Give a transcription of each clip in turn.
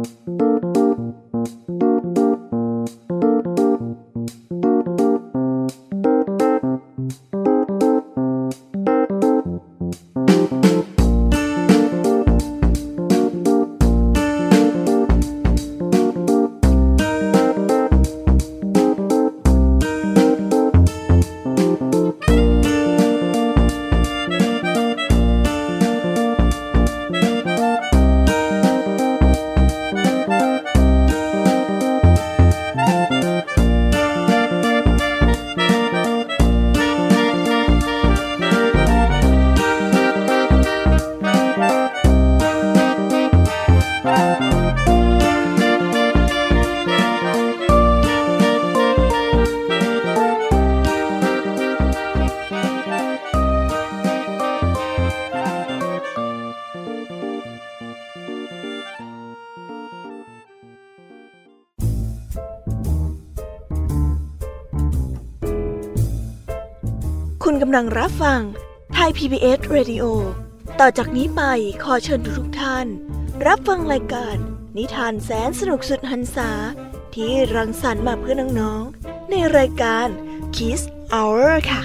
คุณกำลังรับฟังไทย PBS Radio ต่อจากนี้ไปขอเชิญทุกท่านรับฟังรายการนิทานแสนสนุกสุดหรรษาที่รังสรรค์มาเพื่อน้องๆในรายการ Kids Hour ค่ะ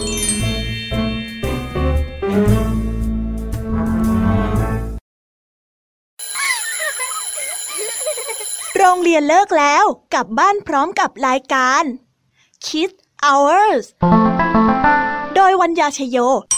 โรงเรียนเลิกแล้วกลับบ้านพร้อมกับรายการ Kids Hours โดยวัญญาชโย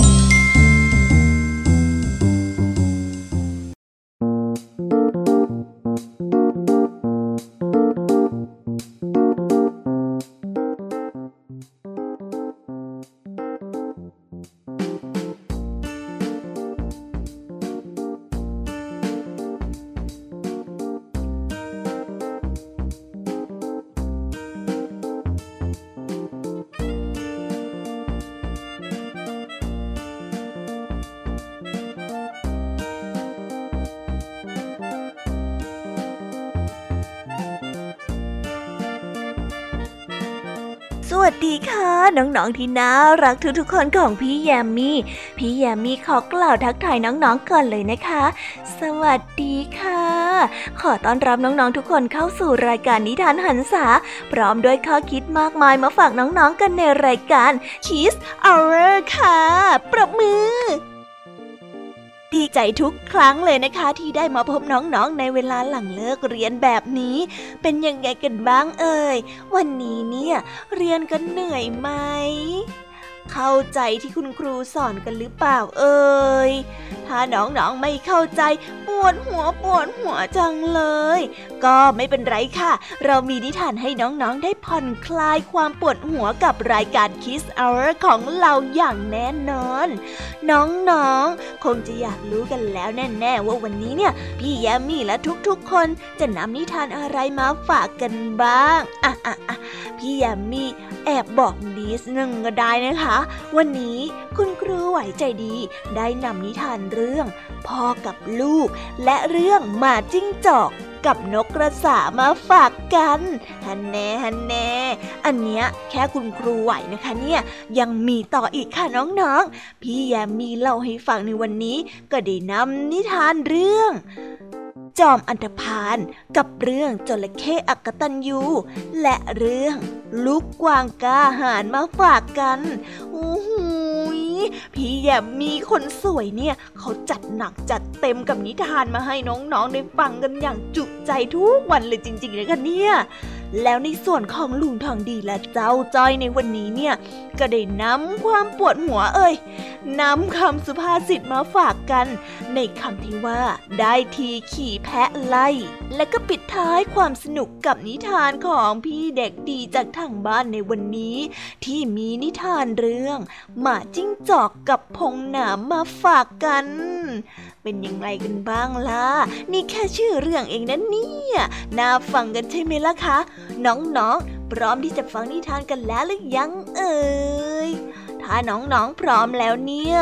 สวัสดีค่ะน้องๆที่น่ารักทุกๆคนของพี่แยมมี่ขอกล่าวทักทายน้องๆก่อนเลยนะคะสวัสดีค่ะขอต้อนรับน้องๆทุกคนเข้าสู่รายการนิทานหันษาพร้อมด้วยข้อคิดมากมายมาฝากน้องๆกันในรายการ Kids Hour ค่ะปรบมือดีใจทุกครั้งเลยนะคะที่ได้มาพบน้องๆในเวลาหลังเลิกเรียนแบบนี้เป็นยังไงกันบ้างเอ่ยวันนี้เนี่ยเรียนกันเหนื่อยไหมเข้าใจที่คุณครูสอนกันหรือเปล่าเอ่ยถ้าน้องๆไม่เข้าใจปวดหัวจังเลยก็ไม่เป็นไรค่ะเรามีนิทานให้น้องๆได้ผ่อนคลายความปวดหัวกับรายการ Kids Hour ของเราอย่างแน่นอนน้องๆคงจะอยากรู้กันแล้วแน่ๆว่าวันนี้เนี่ยพี่แยมมี่และทุกๆคนจะนำนิทานอะไรมาฝากกันบ้างพี่แยมมี่แอบบอกนิดนึงก็ได้นะคะวันนี้คุณครูไหวใจดีได้นำนิทานเรื่องพ่อกับลูกและเรื่องหมาจิ้งจอกกับนกกระสามาฝากกันฮันแน่อันเนี้ยแค่คุณครูไหวนะคะเนี่ยยังมีต่ออีกค่ะน้องๆพี่แยมมีเล่าให้ฟังในวันนี้ก็ได้นำนิทานเรื่องจอมอันธพาลกับเรื่องจระเข้อกตัญญูและเรื่องลูกกวางกล้าหาญมาฝากกันโอ้โหพี่แยมมีคนสวยเนี่ยเขาจัดหนักจัดเต็มกับนิทานมาให้น้องๆได้ฟังกันอย่างจุใจทุกวันเลยจริงๆเลยค่ะเนี่ยแล้วในส่วนของลุงทองดีและเจ้าจ้อยในวันนี้เนี่ยก็ได้นำความปวดหัวนำคำสุภาษิตมาฝากกันในคำที่ว่าได้ทีขี่แพะไล่และก็ปิดท้ายความสนุกกับนิทานของพี่เด็กดีจากทางบ้านในวันนี้ที่มีนิทานเรื่องหมาจิ้งจอกกับพงหนามมาฝากกันเป็นยังไงกันบ้างล่ะนี่แค่ชื่อเรื่องเองนะเนี่ยน่าฟังกันใช่ไหมล่ะคะน้องๆพร้อมที่จะฟังนิทานกันแล้วหรือยังเอ่ยถ้าน้องๆพร้อมแล้วเนี่ย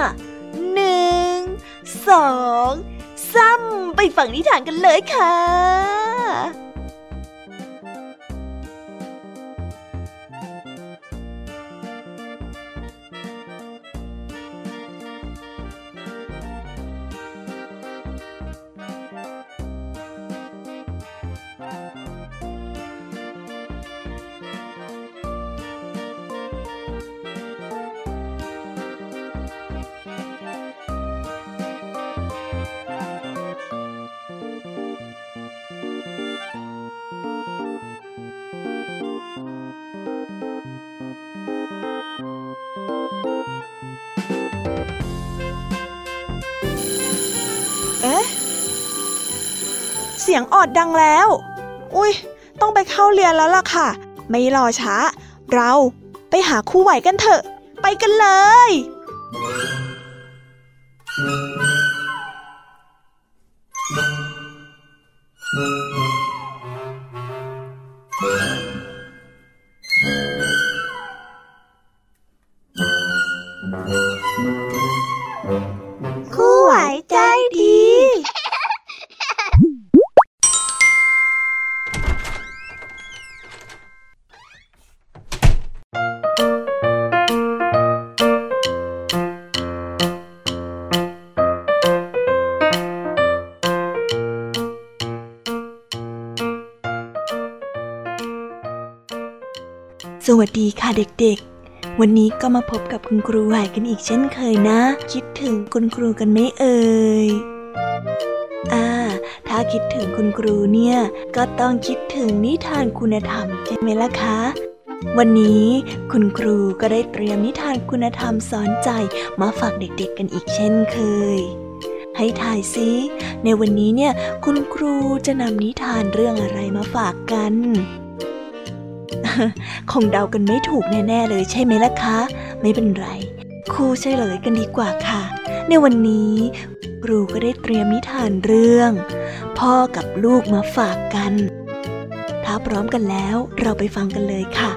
1 2 3ไปฟังนิทานกันเลยค่ะเสียงออดดังแล้วอุ๊ยต้องไปเข้าเรียนแล้วล่ะค่ะไม่รอช้าเราไปหาครูไหวกันเถอะไปกันเลยครูไหวใจดีสวัสดีค่ะเด็กๆวันนี้ก็มาพบกับคุณครูไหวกันอีกเช่นเคยนะคิดถึงคุณครูกันไหมเอ่ยถ้าคิดถึงคุณครูเนี่ยก็ต้องคิดถึงนิทานคุณธรรมใช่ไหมล่ะคะวันนี้คุณครูก็ได้เตรียมนิทานคุณธรรมสอนใจมาฝากเด็กๆกันอีกเช่นเคยให้ทายซิในวันนี้เนี่ยคุณครูจะนำนิทานเรื่องอะไรมาฝากกันคงเดากันไม่ถูกแน่ๆเลยใช่ไหมล่ะคะไม่เป็นไรครูเฉลยกันดีกว่าค่ะในวันนี้ครูก็ได้เตรียมนิทานเรื่องพ่อกับลูกมาฝากกันถ้าพร้อมกันแล้วเราไปฟังกันเลยค่ะ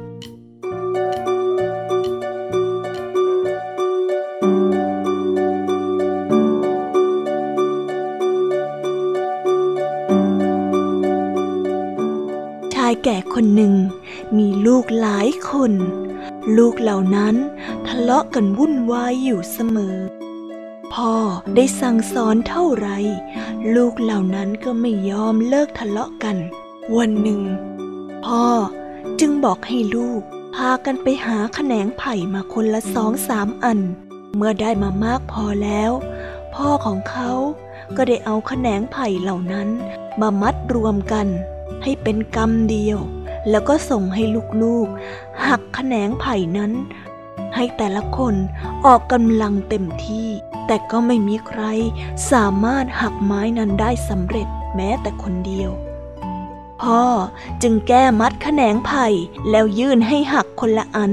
ชายแก่คนหนึ่งมีลูกหลายคนลูกเหล่านั้นทะเลาะกันวุ่นวายอยู่เสมอพ่อได้สั่งสอนเท่าไรลูกเหล่านั้นก็ไม่ยอมเลิกทะเลาะกันวันหนึ่งพ่อจึงบอกให้ลูกพากันไปหาแขนงไผ่มาคนละ2-3 อันเมื่อได้มามากพอแล้วพ่อของเขาก็ได้เอาแขนงไผ่เหล่านั้นมามัดรวมกันให้เป็นกำเดียวแล้วก็ส่งให้ลูกๆหักแขนงไผ่นั้นให้แต่ละคนออกกำลังเต็มที่แต่ก็ไม่มีใครสามารถหักไม้นั้นได้สำเร็จแม้แต่คนเดียวพ่อจึงแก้มัดแขนงไผ่แล้วยื่นให้หักคนละอัน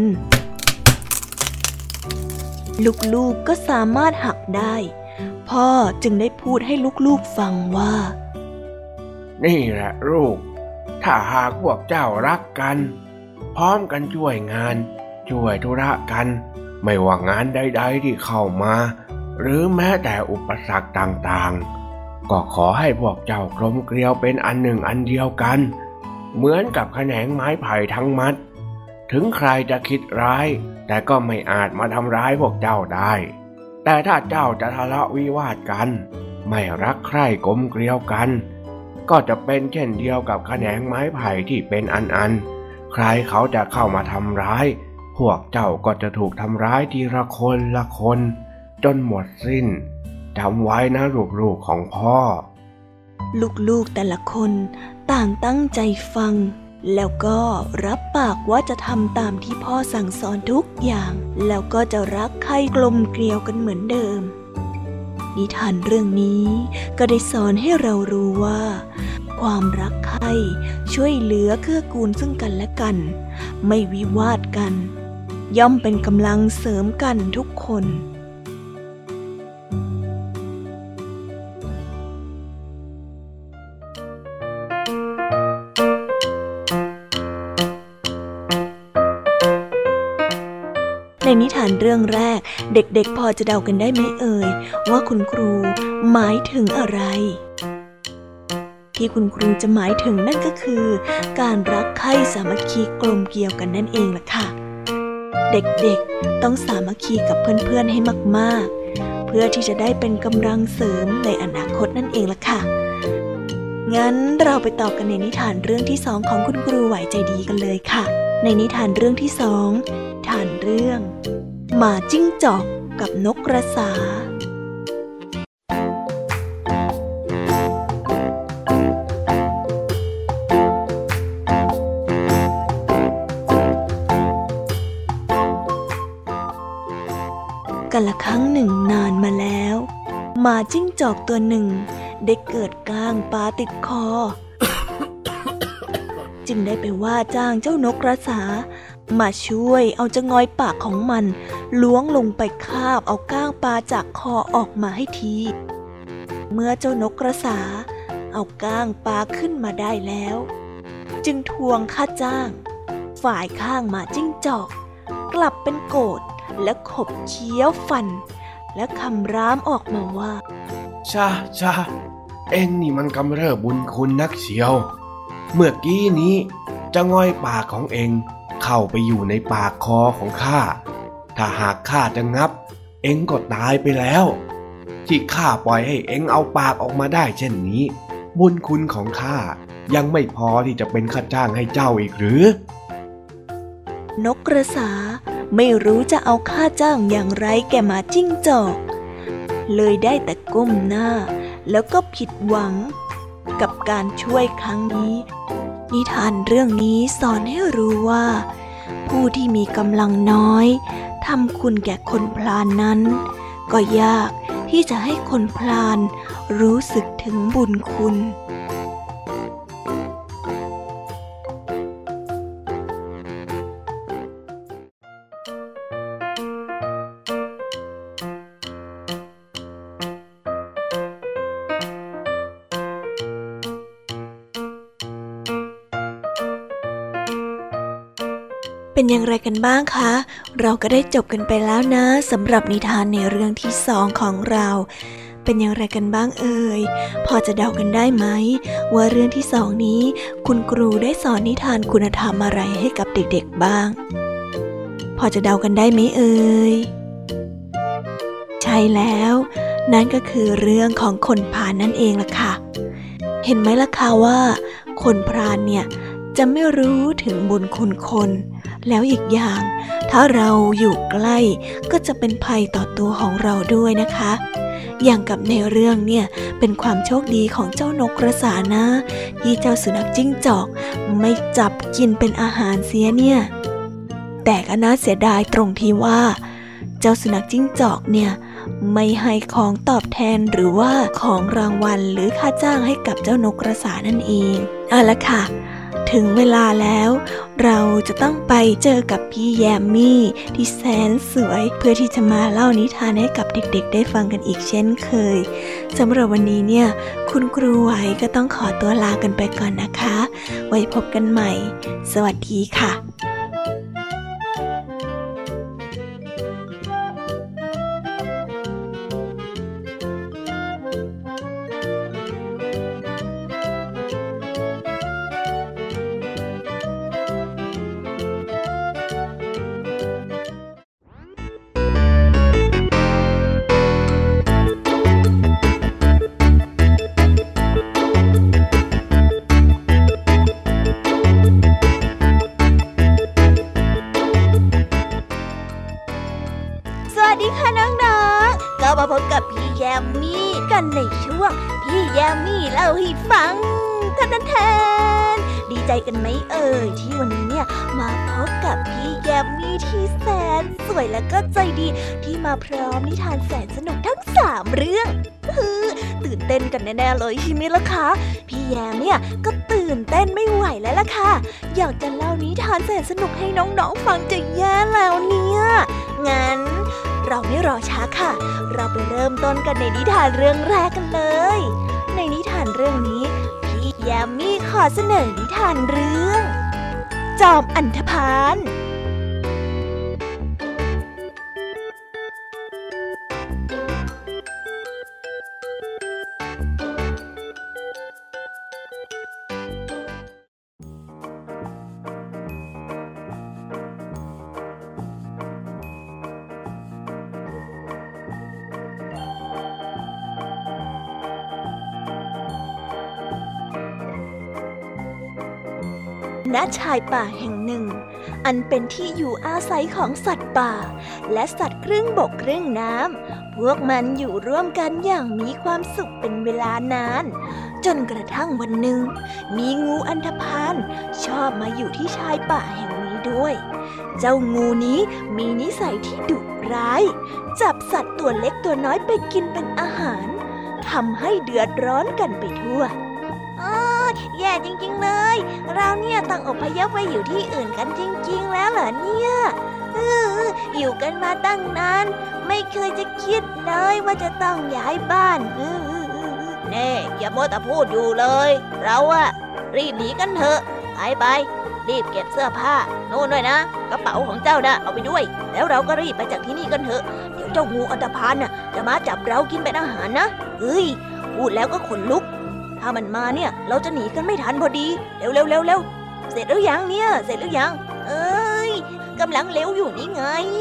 ลูกๆก็สามารถหักได้พ่อจึงได้พูดให้ลูกๆฟังว่านี่แหละลูกถ้าหากพวกเจ้ารักกันพร้อมกันช่วยงานช่วยธุระกันไม่ว่างานใดๆที่เข้ามาหรือแม้แต่อุปสรรคต่างๆก็ขอให้พวกเจ้ากลมเกลียวเป็นอันหนึ่งอันเดียวกันเหมือนกับแขนงไม้ไผ่ทั้งมัดถึงใครจะคิดร้ายแต่ก็ไม่อาจมาทำร้ายพวกเจ้าได้แต่ถ้าเจ้าจะทะเลาะวิวาทกันไม่รักใคร่กลมเกลียวกันก็จะเป็นเช่นเดียวกับแขนงไม้ไผ่ที่เป็นอันๆใครเขาจะเข้ามาทำร้ายพวกเจ้าก็จะถูกทำร้ายทีละคนละคนจนหมดสิ้นจำไว้นะลูกๆของพ่อลูกๆแต่ละคนต่างตั้งใจฟังแล้วก็รับปากว่าจะทำตามที่พ่อสั่งสอนทุกอย่างแล้วก็จะรักใคร่กลมเกลียวกันเหมือนเดิมนิทานเรื่องนี้ก็ได้สอนให้เรารู้ว่าความรักใคร่ช่วยเหลือเกื้อกูลซึ่งกันและกันไม่วิวาทกันย่อมเป็นกำลังเสริมกันทุกคนในนิทานเรื่องแรกเด็กๆพอจะเดากันได้ไหมเอ่ยว่าคุณครูหมายถึงอะไรที่คุณครูจะหมายถึงนั่นก็คือการรักใคร่สามัคคีกลมเกลียวกันนั่นเองล่ะค่ะเด็กๆต้องสามัคคีกับเพื่อนๆให้มากๆเพื่อที่จะได้เป็นกำลังเสริมในอนาคตนั่นเองล่ะค่ะงั้นเราไปต่อกันในนิทานเรื่องที่2ของคุณครูไหวใจดีกันเลยค่ะในนิทานเรื่องที่2นิทานเรื่องหมาจิ้งจอกกับนกกระสา กาลครั้งหนึ่งนานมาแล้วหมาจิ้งจอกตัวหนึ่งได้เกิดก้างปลาติดคอ จึงได้ไปว่าจ้างเจ้านกกระสามาช่วยเอาจะงอยปากของมันล้วงลงไปคาบเอาก้างปลาจากคอออกมาให้ทีเมื่อเจ้านกกระสาเอาก้างปลาขึ้นมาได้แล้วจึงทวงค่าจ้างฝ่ายข้างหมาจิ้งจอกกลับเป็นโกรธและขบเคี้ยวฟันและคำรามออกมาว่าชาเอ็งนี่มันกำเริบบุญคุณนักเชียวเมื่อกี้นี้จะง่อยปากของเอ็งเข้าไปอยู่ในปากคอของข้าถ้าหากข้าจะงับเอ็งก็ตายไปแล้วที่ข้าปล่อยให้เอ็งเอาปากออกมาได้เช่นนี้บุญคุณของข้ายังไม่พอที่จะเป็นค่าจ้างให้เจ้าอีกหรือนกกระสาไม่รู้จะเอาค่าจ้างอย่างไรแก่หมาจิ้งจอกเลยได้แต่ก้มหน้าแล้วก็ผิดหวังกับการช่วยครั้งนี้นิทานเรื่องนี้สอนให้รู้ว่าผู้ที่มีกำลังน้อยทำคุณแก่คนพลานนั้นก็ยากที่จะให้คนพลานรู้สึกถึงบุญคุณ เป็นอย่างไรกันบ้างคะเราก็ได้จบกันไปแล้วนะสำหรับนิทานในเรื่องที่2ของเราเป็นอย่างไรกันบ้างเอ่ยพอจะเดากันได้ไหมว่าเรื่องที่2นี้คุณครูได้สอนนิทานคุณธรรมอะไรให้กับเด็กๆบ้างพอจะเดากันได้ไหมเอ่ยใช่แล้วนั่นก็คือเรื่องของคนพาลนั่นเองล่ะค่ะเห็นไหมล่ะคะว่าคนพาลเนี่ยจะไม่รู้ถึงบุญคุณคนแล้วอีกอย่างถ้าเราอยู่ใกล้ก็จะเป็นภัยต่อตัวของเราด้วยนะคะอย่างกับในเรื่องเนี่ยเป็นความโชคดีของเจ้านกกระสานะที่เจ้าสุนัขจิ้งจอกไม่จับกินเป็นอาหารเสียเนี่ยแต่ก็น่าเสียดายตรงที่ว่าเจ้าสุนัขจิ้งจอกเนี่ยไม่ให้ของตอบแทนหรือว่าของรางวัลหรือค่าจ้างให้กับเจ้านกกระสานั่นเองเอาละค่ะถึงเวลาแล้วเราจะต้องไปเจอกับพี่แยมมี่ที่แสนสวยเพื่อที่จะมาเล่านิทานให้กับเด็กๆได้ฟังกันอีกเช่นเคยสำหรับวันนี้เนี่ยคุณครูไหวก็ต้องขอตัวลากันไปก่อนนะคะไว้พบกันใหม่สวัสดีค่ะมาพบกับพี่แยมมี่กันในช่วงพี่แยมมี่เล่าให้ฟังแทนดีใจกันไหมเอ่ยที่วันนี้เนี่ยมาพบกับพี่แยมมี่ที่แสนสวยและก็ใจดีที่มาพร้อมนิทานแสนสนุกทั้ง3เรื่องตื่นเต้นกันแน่ๆเลยใช่ไหมล่ะคะพี่แยมเนี่ยก็ตื่นเต้นไม่ไหวแล้วล่ะค่ะอยากจะเล่านิทานแสนสนุกให้น้องๆฟังจะแย่แล้วเนี่ยงั้นเราไม่รอช้าค่ะเราไปเริ่มต้นกันในนิทานเรื่องแรกกันเลยในนิทานเรื่องนี้พี่แยมมี่ขอเสนอนิทานเรื่องจอมอันธพาลณ ชายป่าแห่งหนึ่งอันเป็นที่อยู่อาศัยของสัตว์ป่าและสัตว์ครึ่งบกครึ่งน้ำพวกมันอยู่ร่วมกันอย่างมีความสุขเป็นเวลานานจนกระทั่งวันหนึ่งมีงูอันธพาลชอบมาอยู่ที่ชายป่าแห่งนี้ด้วยเจ้างูนี้มีนิสัยที่ดุร้ายจับสัตว์ตัวเล็กตัวน้อยไปกินเป็นอาหารทำให้เดือดร้อนกันไปทั่วแย่จริงๆเลยเราเนี่ยต้องอพยพไปอยู่ที่อื่นกันจริงๆแล้วเหรอเนี่ยอยู่กันมาตั้งนานไม่เคยจะคิดเลยว่าจะต้องย้ายบ้านแน่อย่ามัวแต่พูดอยู่เลยเราอะรีบหนีกันเถอะไปรีบเก็บเสื้อผ้าโน่นด้วยนะกระเป๋าของเจ้านะเอาไปด้วยแล้วเราก็รีบไปจากที่นี่กันเถอะเดี๋ยวเจ้างูอันธพาลน่ะจะมาจับเรากินเป็นอาหารนะพูดแล้วก็ขนลุกถ้ามันมาเนี่ยเราจะหนีกันไม่ทันพอดีเร็วเสร็จหรือยังเนี่ยเสร็จหรือยังกำลังเร็วอยู่นี่ไง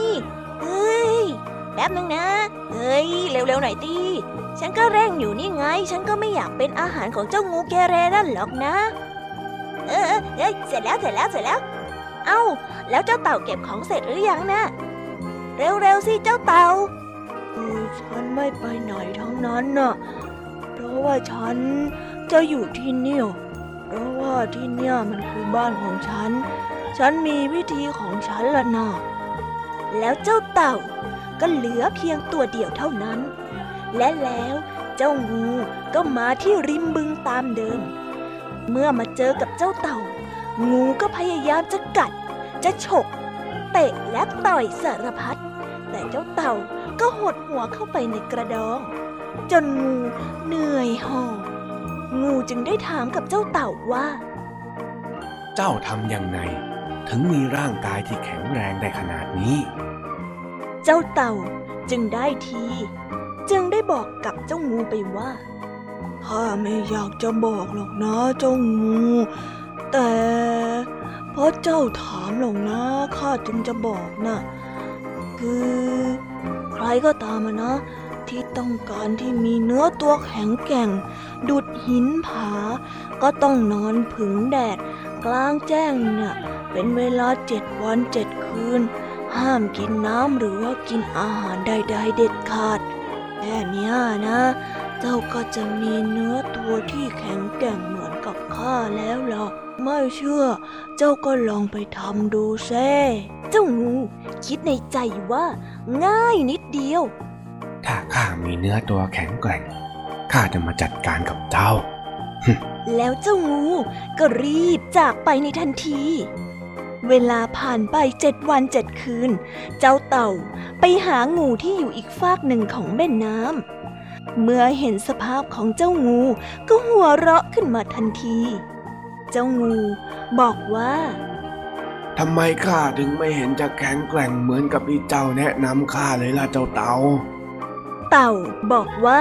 แป๊บนึงนะเร็วหน่อยตีฉันก็เร่งอยู่นี่ไงฉันก็ไม่อยากเป็นอาหารของเจ้างูเกเรนั่นหรอกนะเสร็จแล้วเอ้าแล้วเจ้าเต่าเก็บของเสร็จหรือยังนะเร็วสิเจ้าเต่าฉันไม่ไปไหนทั้งนั้นน่ะเพราะว่าฉันจะอยู่ที่นี่เพราะว่าที่เนี่ยมันคือบ้านของฉันมีวิธีของฉันละนะแล้วเจ้าเต่าก็เหลือเพียงตัวเดียวเท่านั้นและแล้วเจ้างูก็มาที่ริมบึงตามเดิมเมื่อมาเจอกับเจ้าเต่างูก็พยายามจะกัดจะฉกเตะและต่อยสารพัดแต่เจ้าเต่าก็หดหัวเข้าไปในกระดองจนงูเหนื่อยหอบงูจึงได้ถามกับเจ้าเต่าว่าเจ้าทำยังไงถึงมีร่างกายที่แข็งแรงได้ขนาดนี้เจ้าเต่าจึงได้บอกกับเจ้างูไปว่าข้าไม่อยากจะบอกหรอกนะเจ้างูแต่เพราะเจ้าถามหรอกนะข้าจึงจะบอกนะคือใครก็ตามนะที่ต้องการที่มีเนื้อตัวแข็งแกร่งดุจหินผาก็ต้องนอนผึ่งแดดกลางแจ้งน่ะเป็นเวลา7 วัน 7 คืนห้ามกินน้ำหรือว่ากินอาหารใดๆเด็ดขาดแค่นี้นะเจ้าก็จะมีเนื้อตัวที่แข็งแกร่งเหมือนกับข้าแล้วล่ะไม่เชื่อเจ้าก็ลองไปทำดูแซ่เจ้างูคิดในใจว่าง่ายนิดเดียวถ้าข้ามีเนื้อตัวแข็งแกร่งข้าจะมาจัดการกับเจ้าแล้วเจ้างูก็รีบจากไปในทันทีเวลาผ่านไป7 วัน 7 คืนเจ้าเต่าไปหางูที่อยู่อีกฟากหนึ่งของแม่น้ำเมื่อเห็นสภาพของเจ้างูก็หัวเราะขึ้นมาทันทีเจ้างูบอกว่าทำไมข้าถึงไม่เห็นจะแข็งแกร่งเหมือนกับที่เจ้าแนะนำข้าเลยล่ะเจ้าเต่าเต่าบอกว่า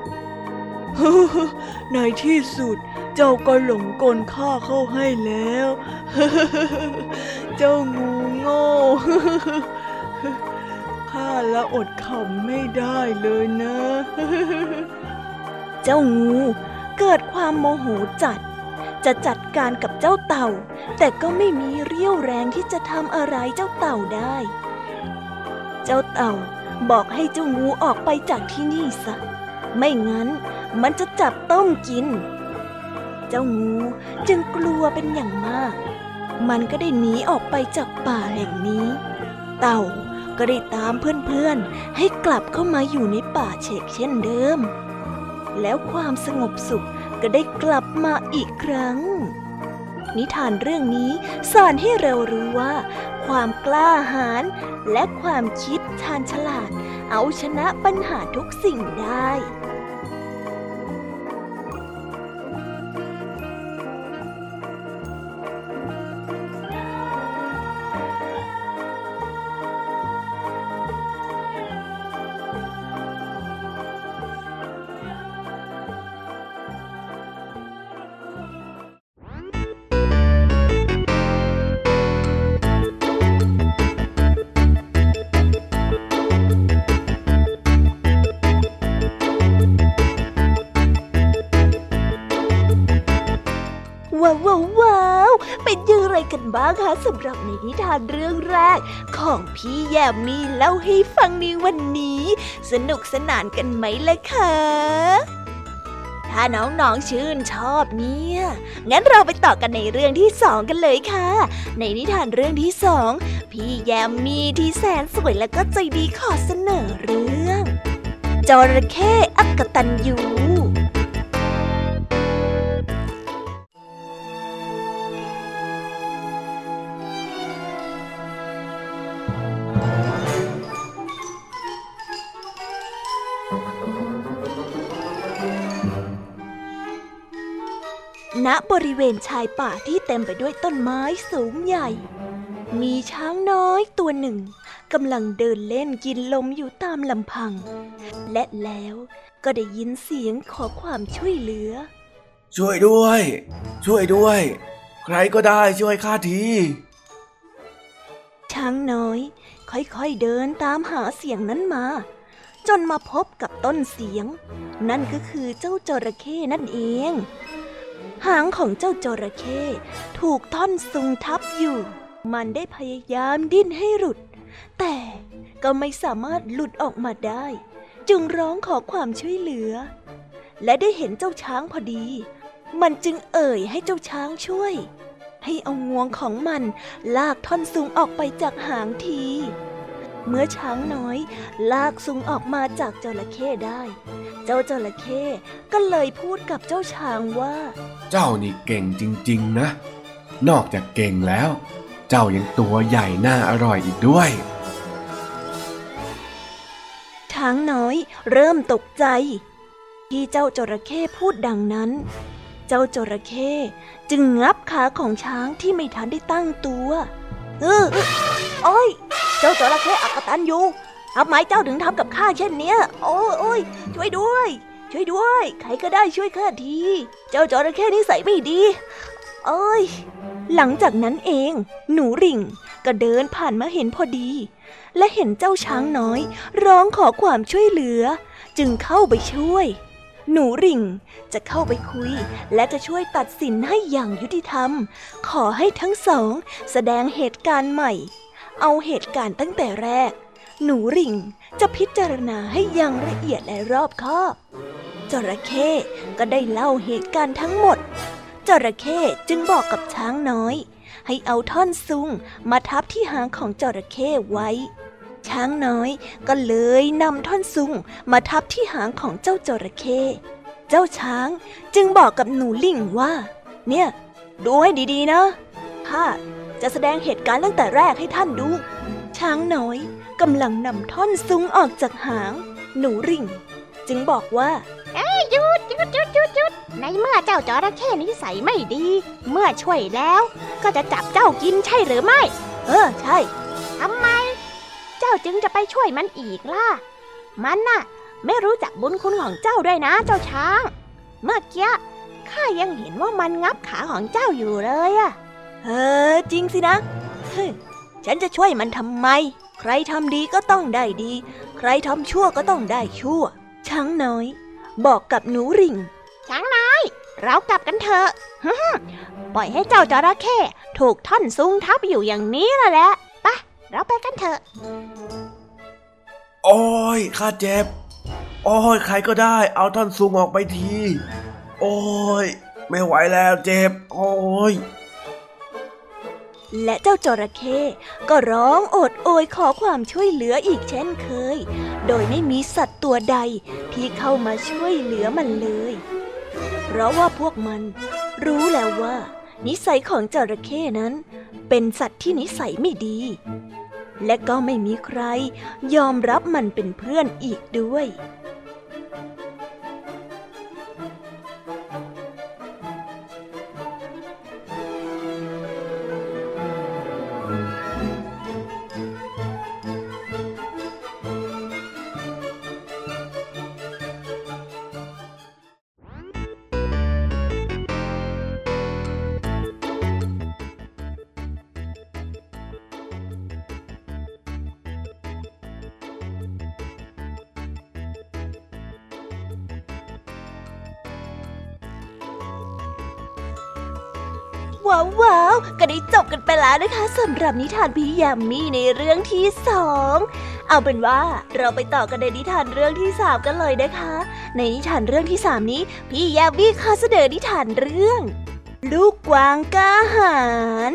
ในที่สุดเจ้าก็หลงกลข้าเข้าให้แล้ว เจ้างูโง่ ข้าละอดขำไม่ได้เลยนะ เจ้างูเกิดความโมโหจัดจะจัดการกับเจ้าเต่าแต่ก็ไม่มีเรี่ยวแรงที่จะทำอะไรเจ้าเต่าได้เจ้าเต่าบอกให้เจ้างูออกไปจากที่นี่ซะไม่งั้นมันจะจับต้มกินเจ้างูจึงกลัวเป็นอย่างมากมันก็ได้หนีออกไปจากป่าแห่งนี้เต่าก็ได้ตามเพื่อนๆให้กลับเข้ามาอยู่ในป่าเช่นเดิมแล้วความสงบสุขก็ได้กลับมาอีกครั้งนิทานเรื่องนี้สอนให้เรารู้ว่าความกล้าหาญและความคิดชาญฉลาดเอาชนะปัญหาทุกสิ่งได้ ว้าวเป็นอย่างไรกันบ้างคะสำหรับในนิทานเรื่องแรกของพี่แยมมี่เล่าให้ฟังในวันนี้สนุกสนานกันไหมล่ะคะถ้าน้องๆชื่นชอบเนี่ยงั้นเราไปต่อกันในเรื่องที่2กันเลยค่ะในนิทานเรื่องที่2พี่แยมมี่ที่แสนสวยและก็ใจดีขอเสนอเรื่องจระเข้อักตันยูณบริเวณชายป่าที่เต็มไปด้วยต้นไม้สูงใหญ่มีช้างน้อยตัวหนึ่งกำลังเดินเล่นกินลมอยู่ตามลำพังและแล้วก็ได้ยินเสียงขอความช่วยเหลือช่วยด้วยช่วยด้วยใครก็ได้ช่วยข้าทีช้างน้อยค่อยๆเดินตามหาเสียงนั้นมาจนมาพบกับต้นเสียงนั่นก็คือเจ้าจระเข้นั่นเองหางของเจ้าจระเข้ถูกท่อนซุงทับอยู่มันได้พยายามดิ้นให้หลุดแต่ก็ไม่สามารถหลุดออกมาได้จึงร้องขอความช่วยเหลือและได้เห็นเจ้าช้างพอดีมันจึงเอ่ยให้เจ้าช้างช่วยให้เอางวงของมันลากท่อนซุงออกไปจากหางทีเมื่อช้างน้อยลากซุงออกมาจากจระเข้ได้เจ้าจระเข้ก็เลยพูดกับเจ้าช้างว่าเจ้านี่เก่งจริงๆนะนอกจากเก่งแล้วเจ้ายังตัวใหญ่น่าอร่อยอีกด้วยช้างน้อยเริ่มตกใจที่เจ้าจระเข้พูดดังนั้นเจ้าจระเข้จึงงับขาของช้างที่ไม่ทันได้ตั้งตัวโอ้ยเจ้าจระเข้อกตัญญูทำไมเจ้าถึงทำกับข้าเช่นเนี้ยโอ้ยช่วยด้วยใครก็ได้ช่วยข้าทีเจ้าจระเข้นิสัยไม่ดีโอ้ยหลังจากนั้นเองหนูริ่งก็เดินผ่านมาเห็นพอดีและเห็นเจ้าช้างน้อยร้องขอความช่วยเหลือจึงเข้าไปช่วยหนูริ่งจะเข้าไปคุยและจะช่วยตัดสินให้อย่างยุติธรรมขอให้ทั้งสองแสดงเหตุการณ์ใหม่เอาเหตุการณ์ตั้งแต่แรกหนูริ่งจะพิจารณาให้อย่างละเอียดและรอบคอบจระเข้ก็ได้เล่าเหตุการณ์ทั้งหมดจระเข้จึงบอกกับช้างน้อยให้เอาท่อนซุงมาทับที่หางของจระเข้ไว้ช้างน้อยก็เลยนำท่อนซุงมาทับที่หางของเจ้าจระเข้เจ้าช้างจึงบอกกับหนูลิ่งว่าเนี่ยดูให้ดีๆนะข้าจะแสดงเหตุการณ์ตั้งแต่แรกให้ท่านดูช้างน้อยกำลังนำท่อนซุงออกจากหางหนูลิ่งจึงบอกว่าหยุดในเมื่อเจ้าจระเข้นิสัยไม่ดีเมื่อช่วยแล้วก็จะจับเจ้ากินใช่หรือไม่ใช่ทำไมเจ้าจึงจะไปช่วยมันอีกล่ะมันน่ะไม่รู้จักบุญคุณของเจ้าด้วยนะเจ้าช้างเมื่อกี้ข้ายังเห็นว่ามันงับขาของเจ้าอยู่เลยอะจริงสินะฉันจะช่วยมันทำไมใครทำดีก็ต้องได้ดีใครทำชั่วก็ต้องได้ชั่วช้างน้อยบอกกับหนูริ่งช้างน้อยเรากลับกันเถอะปล่อยให้เจ้าจระเข้ถูกท่อนซุงทับอยู่อย่างนี้แหละไปเราไปกันเถอะโอ้ยข้าเจ็บโอ้ยใครก็ได้เอาท่อนซุงออกไปทีโอ้ยไม่ไหวแล้วเจ็บโอ้ยและเจ้าจระเข้ก็ร้องโอดโอยขอความช่วยเหลืออีกเช่นเคยโดยไม่มีสัตว์ตัวใดที่เข้ามาช่วยเหลือมันเลยเพราะว่าพวกมันรู้แล้วว่านิสัยของจระเข้นั้นเป็นสัตว์ที่นิสัยไม่ดีและก็ไม่มีใครยอมรับมันเป็นเพื่อนอีกด้วยว้าวก็ได้จบกันไปแล้วนะคะสำหรับนิทานพี่ยามีในเรื่องที่2เอาเป็นว่าเราไปต่อกันในนิทานเรื่องที่3กันเลยนะคะในนิทานเรื่องที่3นี้พี่ยามีขอเสนอนิทานเรื่องลูกกวางกล้าหาญ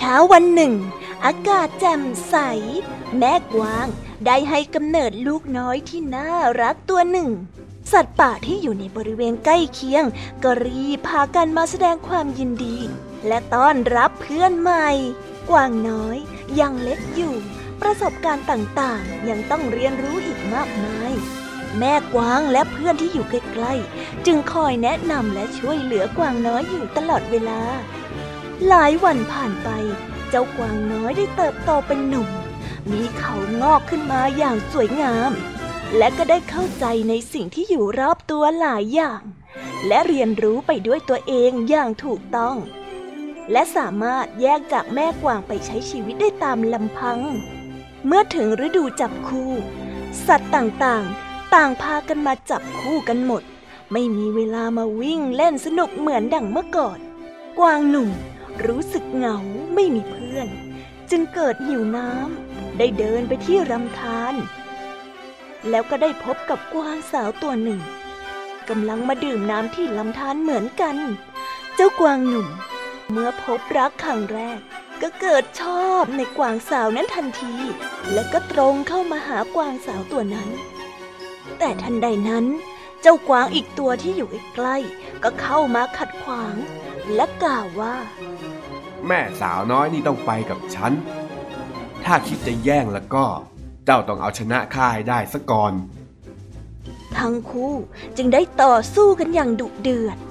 ช้าวันหนึ่งอากาศแจ่มใสแม่กวางได้ให้กำเนิดลูกน้อยที่น่ารักตัวหนึ่งสัตว์ป่าที่อยู่ในบริเวณใกล้เคียงก็รีบพากันมาแสดงความยินดีและต้อนรับเพื่อนใหม่กวางน้อยยังเล็กอยู่ประสบการณ์ต่างๆยังต้องเรียนรู้อีกมากมายแม่กวางและเพื่อนที่อยู่ใกล้ๆจึงคอยแนะนำและช่วยเหลือกวางน้อยอยู่ตลอดเวลาหลายวันผ่านไปเจ้ากวางน้อยได้เติบโตเป็นหนุ่มมีเขางอกขึ้นมาอย่างสวยงามและก็ได้เข้าใจในสิ่งที่อยู่รอบตัวหลายอย่างและเรียนรู้ไปด้วยตัวเองอย่างถูกต้องและสามารถแยกจากแม่กวางไปใช้ชีวิตได้ตามลำพังเมื่อถึงฤดูจับคู่สัตว์ต่างๆต่างพากันมาจับคู่กันหมดไม่มีเวลามาวิ่งเล่นสนุกเหมือนดังเมื่อก่อนกวางหนุ่มรู้สึกเหงาไม่มีเพื่อนจึงเกิดหิวน้ำได้เดินไปที่ลำธารแล้วก็ได้พบกับกวางสาวตัวหนึ่งกำลังมาดื่มน้ำที่ลำธารเหมือนกันเจ้ากวางหนุ่มเมื่อพบรักครั้งแรกก็เกิดชอบในกวางสาวนั้นทันทีและก็ตรงเข้ามาหากวางสาวตัวนั้นแต่ทันใดนั้นเจ้ากวางอีกตัวที่อยู่ใกล้ๆก็เข้ามาขัดขวางและกล่าวว่าแม่สาวน้อยนี่ต้องไปกับฉันถ้าคิดจะแย่งแล้วก็เจ้าต้องเอาชนะข้าให้ได้ซะก่อนทั้งคู่จึงได้ต่อสู้กันอย่างดุเดือด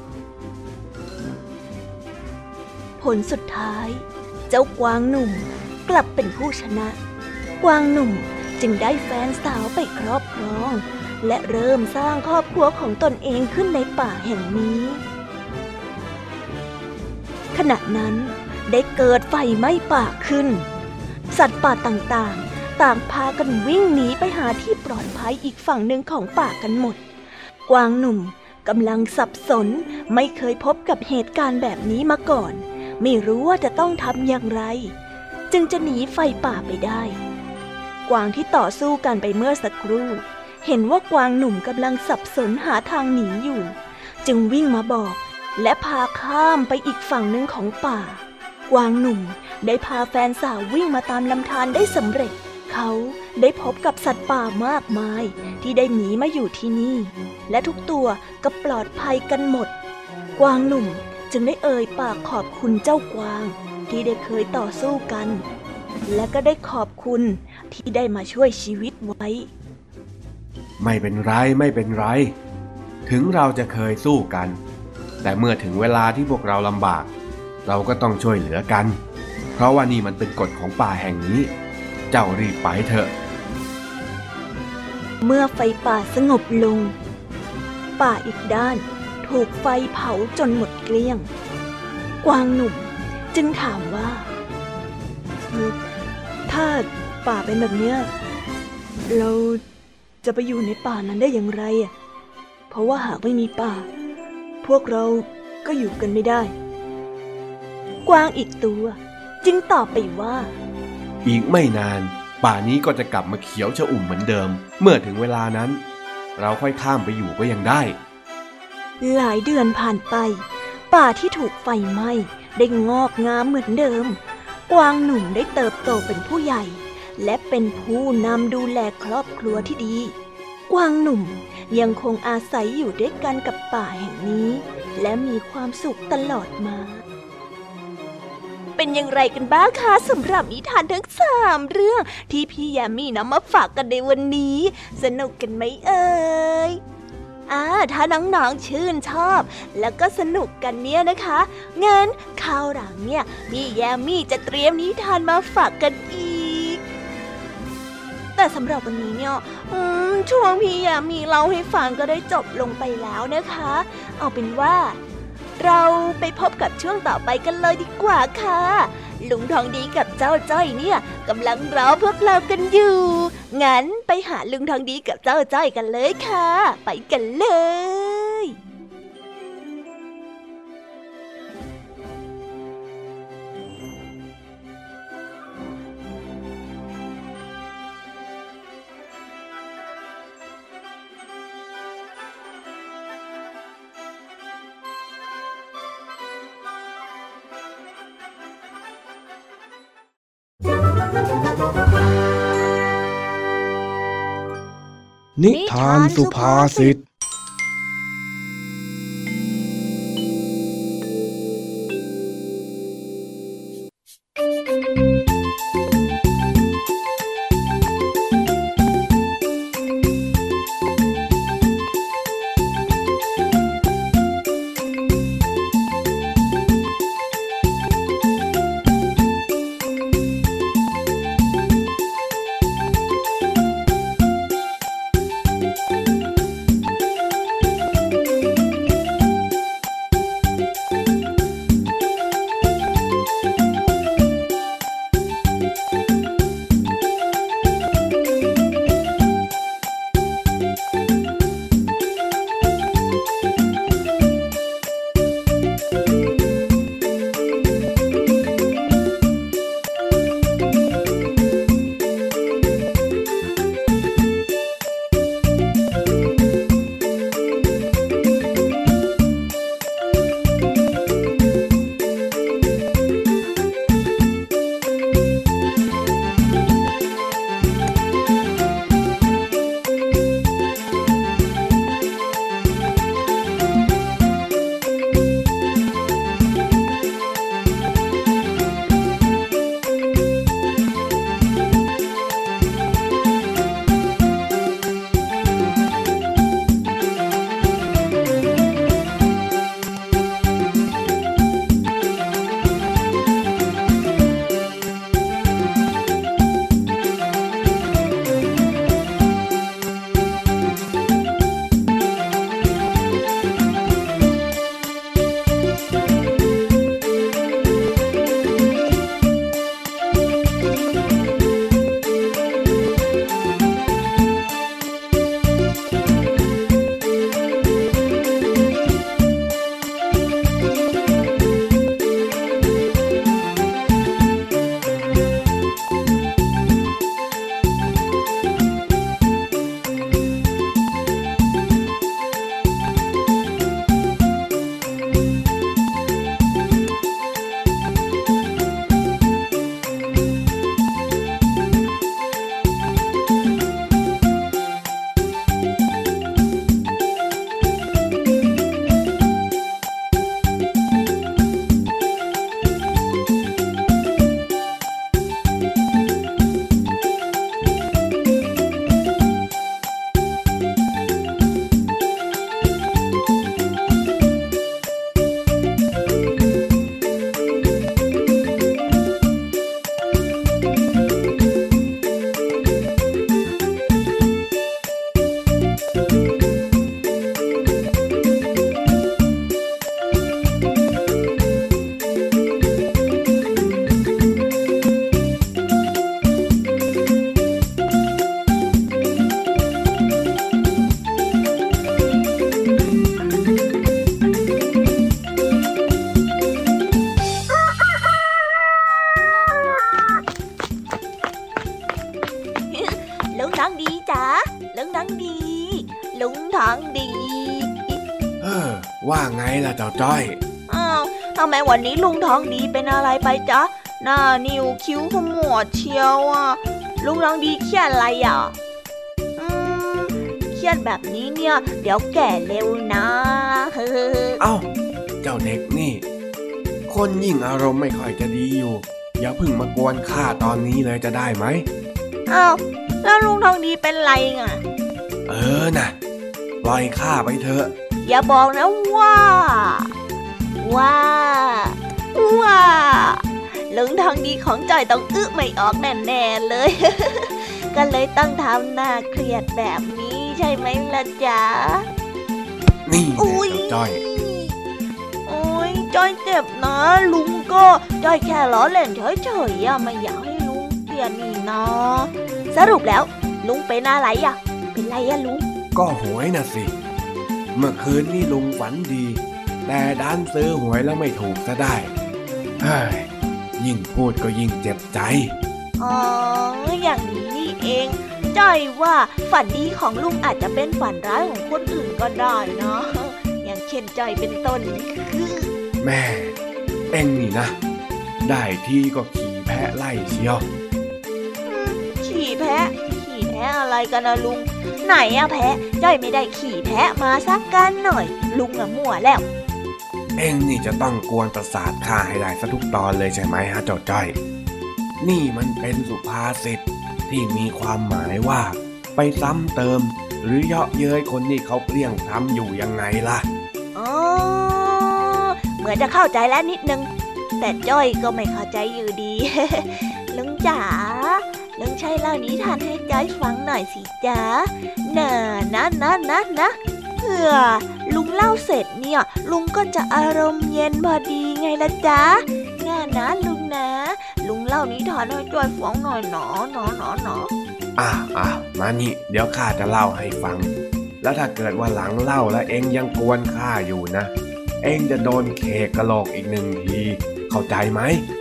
ผลสุดท้ายเจ้ากวางหนุ่มกลับเป็นผู้ชนะกวางหนุ่มจึงได้แฟนสาวไปครอบครองและเริ่มสร้างครอบครัวของตนเองขึ้นในป่าแห่งนี้ขณะนั้นได้เกิดไฟไหม้ป่าขึ้นสัตว์ป่าต่างๆต่างพากันวิ่งหนีไปหาที่ปลอดภัยอีกฝั่งหนึ่งของป่ากันหมดกวางหนุ่มกำลังสับสนไม่เคยพบกับเหตุการณ์แบบนี้มาก่อนไม่รู้ว่าจะต้องทำอย่างไรจึงจะหนีไฟป่าไปได้กวางที่ต่อสู้กันไปเมื่อสักครู่เห็นว่ากวางหนุ่มกำลังสับสนหาทางหนีอยู่จึงวิ่งมาบอกและพาข้ามไปอีกฝั่งหนึ่งของป่ากวางหนุ่มได้พาแฟนสาววิ่งมาตามลำธารได้สำเร็จเขาได้พบกับสัตว์ป่ามากมายที่ได้หนีมาอยู่ที่นี่และทุกตัวก็ปลอดภัยกันหมดกวางหนุ่มจึงได้เอ่ยปากขอบคุณเจ้ากวางที่ได้เคยต่อสู้กันและก็ได้ขอบคุณที่ได้มาช่วยชีวิตไว้ไม่เป็นไรไม่เป็นไรถึงเราจะเคยสู้กันแต่เมื่อถึงเวลาที่พวกเราลำบากเราก็ต้องช่วยเหลือกันเพราะว่านี่มันเป็นกฎของป่าแห่งนี้เจ้ารีบไปเถอะเมื่อไฟป่าสงบลงป่าอีกด้านถูกไฟเผาจนหมดเกลี้ยงกวางหนุ่มจึงถามว่าถ้าป่าเป็นแบบเนี้ยเราจะไปอยู่ในป่านั้นได้อย่างไรอ่ะเพราะว่าหากไม่มีป่าพวกเราก็อยู่กันไม่ได้กวางอีกตัวจึงตอบไปว่าอีกไม่นานป่านี้ก็จะกลับมาเขียวชอุ่มเหมือนเดิมเมื่อถึงเวลานั้นเราค่อยข้ามไปอยู่ก็ยังได้หลายเดือนผ่านไปป่าที่ถูกไฟไหม้ได้งอกงามเหมือนเดิมกวางหนุ่มได้เติบโตเป็นผู้ใหญ่และเป็นผู้นำดูแลครอบครัวที่ดีกวางหนุ่มยังคงอาศัยอยู่ด้วยกันกับป่าแห่งนี้และมีความสุขตลอดมาเป็นอย่างไรกันบ้างคะสำหรับนิทานทั้ง3เรื่องที่พี่ยามีนำมาฝากกันในวันนี้สนุกกันไหมเอ่ยถ้าน้องๆชื่นชอบแล้วก็สนุกกันเนี่ยนะคะงั้นคราวหลังเนี่ยพี่ยามีจะเตรียมนิทานมาฝากกันอีกแต่สำหรับวันนี้เนี่ยช่วงพี่ยามีเล่าให้ฟังก็ได้จบลงไปแล้วนะคะเอาเป็นว่าเราไปพบกับช่วงต่อไปกันเลยดีกว่าค่ะลุงทองดีกับเจ้าจ้อยเนี่ยกำลังรอพวกเรากันอยู่งั้นไปหาลุงทองดีกับเจ้าจ้อยกันเลยค่ะไปกันเลยนิทานสุภาษิตว่าไงล่ะเจ้าจ้อยอ้าวทำไมวันนี้ลุงทองดีเป็นอะไรไปจ๊ะหน้านิ้วคิ้วขมวดเชียวอ่ะลุงทองดีเครียดอะไรอ่ะเครียดแบบนี้เนี่ยเดี๋ยวแก่เร็วนะเฮ้อเอ้าเจ้าเด็กนี่คนยิ่งอารมณ์ไม่ค่อยจะดีอยู่อย่าเพิ่งมากวนข้าตอนนี้เลยจะได้ไหมอ้าวแล้วลุงทองดีเป็นไรอ่ะน่ะปล่อยข้าไปเถอะอย่าบอกนะว่าลุงทองดีของจอยต้องอึไม่ออกแน่ๆเลย ก็เลยต้องทำหน้าเครียดแบบนี้ใช่ไหมล่ะจ๊ะนี่แหละเจ้าจ้อยโอ้ยจ้อยเจ็บนะลุงก็จ้อยแค่ล้อเล่นเฉยๆไม่อยากให้ลุงเครียดนี่นะสรุปแล้วลุงเป็นอะไรอ่ะเป็นไรอ่ะลุงก็หวยน่ะสิเมื่อคืนนี่ลุงฝันดีแต่ดันซื้อหวยแล้วไม่ถูกซะได้เฮ้ยยิ่งพูดก็ยิ่งเจ็บใจอ๋ออย่างนี้นี่เองจ้อยว่าฝันดีของลุงอาจจะเป็นฝันร้ายของคนอื่นก็ได้นะอย่างเช่นจ้อยเป็นต้นแม่เอ็งนี่นะได้ที่ก็ขี่แพะไล่เชียวะขี่แพะอะไรกันนะลุงไหนอะแพะจ้อยไม่ได้ขี่แพะมาสักกันหน่อยลุงอะมั่วแล้วเอ็งนี่จะต้องกวนประสาทข้าให้ได้ซะทุกตอนเลยใช่ไหมฮะเจ้าจ้อยนี่มันเป็นสุภาษิตที่มีความหมายว่าไปซ้ำเติมหรือเยาะเย้ยคนที่เขาเปลี่ยงพล้ำอยู่ยังไงล่ะอ๋อเหมือนจะเข้าใจแล้วนิดนึงแต่จ้อยก็ไม่เข้าใจอยู่ดี ลุงจ๋าลุงช่วยเล่านิทานให้จ้อยฟังหน่อยสิจ๊ะนะเผื่อลุงเล่าเสร็จเนี่ยลุงก็จะอารมณ์เย็นพอดีไงล่ะจ๊ะง่านะลุงนะลุงเล่านิทานให้จ้อยฟังหน่อยหนอมานี่เดี๋ยวข้าจะเล่าให้ฟังแล้วถ้าเกิดว่าหลังเล่าแล้วเอ็งยังกวนข้าอยู่นะเอ็งจะโดนเคกะโหลกอีก1 ทีเข้าใจไหม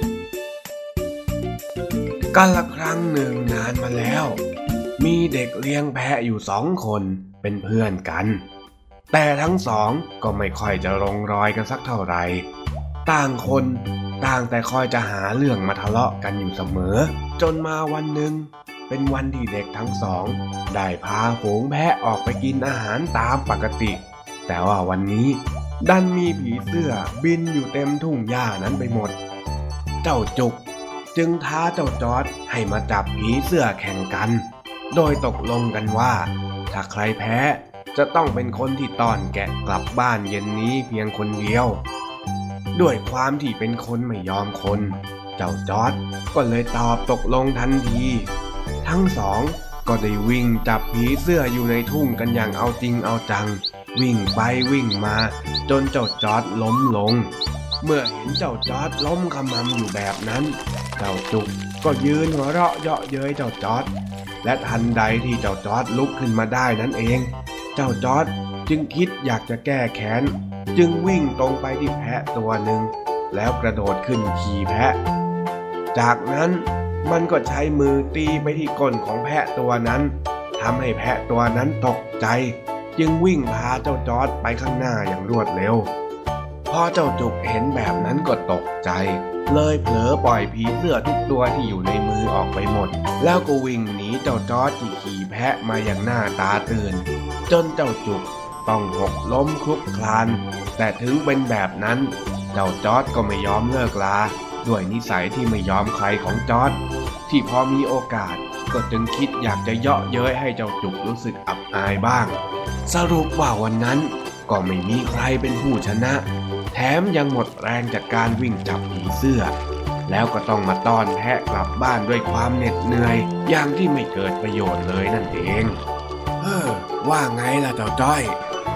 กันละครั้งหนึ่งนานมาแล้วมีเด็กเลี้ยงแพะอยู่2 คนเป็นเพื่อนกันแต่ทั้ง2ก็ไม่ค่อยจะลงรอยกันสักเท่าไหร่ต่างคนต่างแต่คอยจะหาเรื่องมาทะเลาะกันอยู่เสมอจนมาวันหนึ่งเป็นวันที่เด็กทั้ง2ได้พาฝูงแพะออกไปกินอาหารตามปกติแต่ว่าวันนี้ดันมีผีเสื้อบินอยู่เต็มทุ่งหญ้านั้นไปหมดเจ้าจุกจึงท้าเจ้าจอร์จให้มาจับผีเสื้อแข่งกันโดยตกลงกันว่าถ้าใครแพ้จะต้องเป็นคนที่ต้อนแกะกลับบ้านเย็นนี้เพียงคนเดียวด้วยความที่เป็นคนไม่ยอมคนเจ้าจอร์จก็เลยตอบตกลงทันทีทั้ง2ก็ได้วิ่งจับผีเสื้ออยู่ในทุ่งกันอย่างเอาจริงเอาจังวิ่งไปวิ่งมาจนเจ้าจอร์จล้มลงเมื่อเห็นเจ้าจอร์จล้มขมำอยู่แบบนั้นเจ้าจุกก็ยืนหัวเราะเยาะเย้ยเจ้าจอร์จและทันใดที่เจ้าจอร์จลุกขึ้นมาได้นั่นเองเจ้าจอร์จจึงคิดอยากจะแก้แค้นจึงวิ่งตรงไปที่แพะตัวหนึ่งแล้วกระโดดขึ้นขี่แพะจากนั้นมันก็ใช้มือตีไปที่ก้นของแพะตัวนั้นทำให้แพะตัวนั้นตกใจจึงวิ่งพาเจ้าจอร์จไปข้างหน้าอย่างรวดเร็วพอเจ้าจุกเห็นแบบนั้นก็ตกใจเลยเผลอปล่อยผีเสื้อทุกตัวที่อยู่ในมือออกไปหมดแล้วก็วิ่งหนีเจ้าจอร์จที่ขี่แพะมาอย่างหน้าตาตื่นจนเจ้าจุกต้องหกล้มคลุกคลานแต่ถึงเป็นแบบนั้นเจ้าจอร์จก็ไม่ยอมเลิกลาด้วยนิสัยที่ไม่ยอมใครของจอร์จที่พอมีโอกาสก็จึงคิดอยากจะเยาะเย้ยให้เจ้าจุกรู้สึกอับอายบ้างสรุปว่าวันนั้นก็ไม่มีใครเป็นผู้ชนะแถมยังหมดแรงจากการวิ่งจับผีเสื้อแล้วก็ต้องมาต้อนแพะกลับบ้านด้วยความเหน็ดเหนื่อยอย่างที่ไม่เกิดประโยชน์เลยนั่นเองว่าไงล่ะเจ้าจ้อย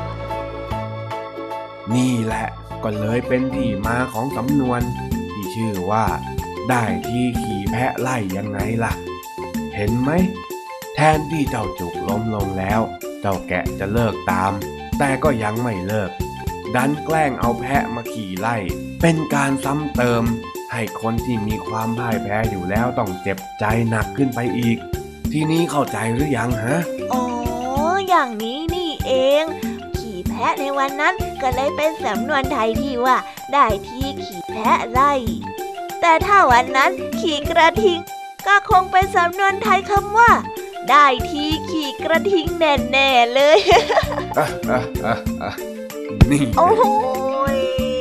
นี่แหละก็เลยเป็นที่มาของสำนวนที่ชื่อว่าได้ที่ขี่แพะไล่ยังไงล่ะเห็นไหมแทนที่เจ้าจุกล้มลงแล้วเจ้าแกะจะเลิกตามแต่ก็ยังไม่เลิกดันแกล้งเอาแพะมาขี่ไล่เป็นการซ้ำเติมให้คนที่มีความพ่ายแพ้อยู่แล้วต้องเจ็บใจหนักขึ้นไปอีกทีนี้เข้าใจหรือยังฮะอ๋ออย่างนี้นี่เองขี่แพะในวันนั้นก็เลยเป็นสำนวนไทยที่ว่าได้ที่ขี่แพะไล่แต่ถ้าวันนั้นขี่กระทิงก็คงเป็นสำนวนไทยคำว่าได้ที่ขี่กระทิงแน่ๆเลยนี่โอ้ย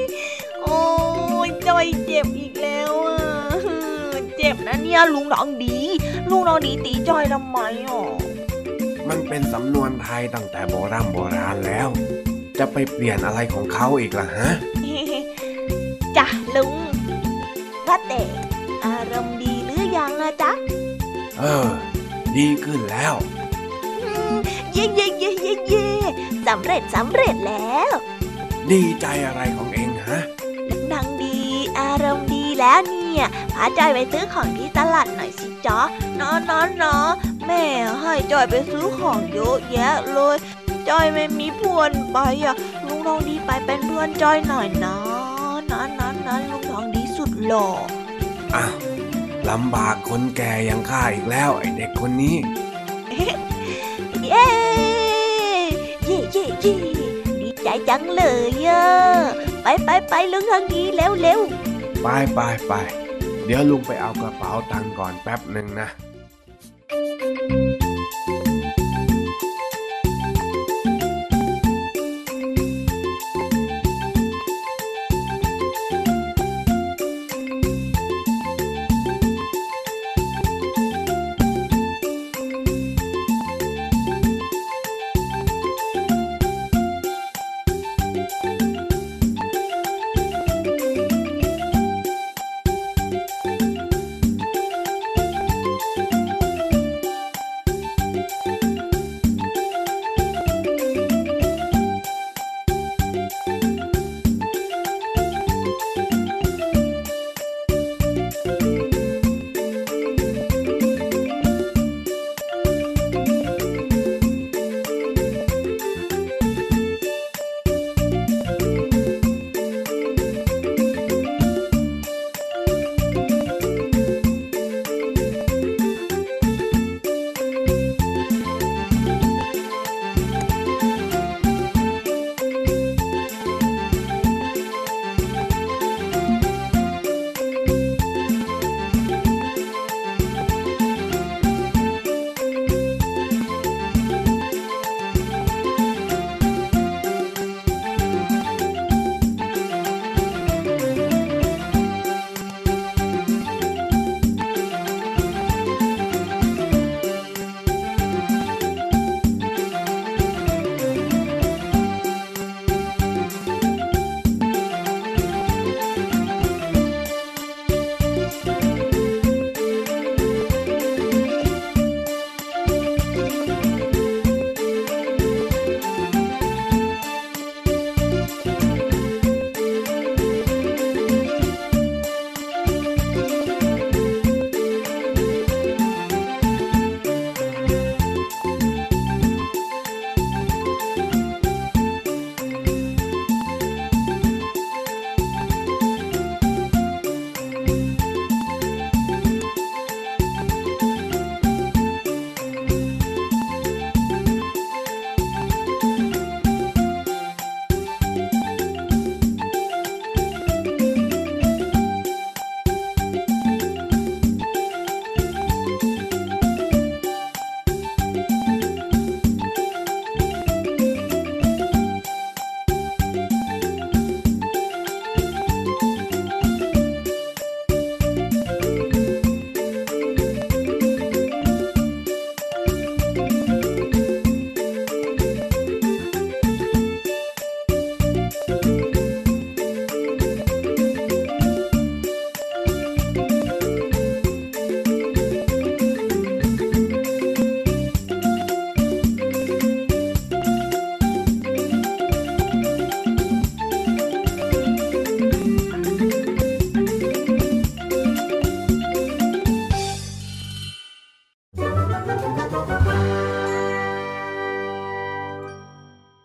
จอยเจ็บอีกแล้วอ่ะเจ็บนะเนี่ยลุงน้องดีตีจอยทำไมอ่ะมันเป็นสำนวนไทยตั้งแต่โบราณแล้วจะไปเปลี่ยนอะไรของเขาอีกล่ะฮะจ้ะลุงว่าแต่อารมณ์ดีหรือยังอะจ๊ะดีขึ้นแล้วเย่สำเร็จแล้วดีใจอะไรของเองฮะดังดีอารมณ์ดีแล้วเนี่ยพาจอยไปซื้อของที่ตลาดหน่อยสิจ๊ะน้อแม่ให้จอยไปซื้อของเยอะแยะเลยจอยไม่มีเพื่อนไปอ่ะลุงทองดีไปเป็นเพื่อนจอยหน่อยนะลุงทองดีสุดหล่อลำบากคนแก่อย่างข้าอีกแล้วไอเด็กคนนี้เย้ดีใจจังเลยอ่ะไปลุงทองดีเร็วไปเดี๋ยวลุงไปเอากระเป๋าตังค์ก่อนแป๊บนึงนะ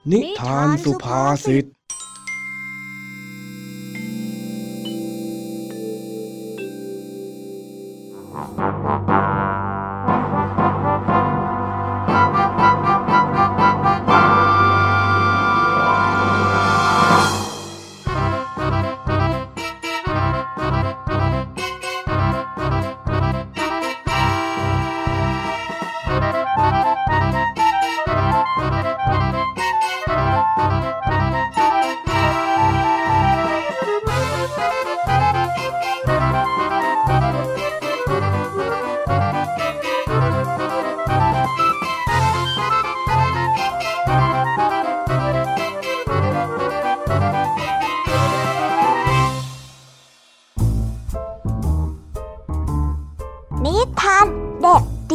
นิทานสุภาษิตนิทานเด็กดี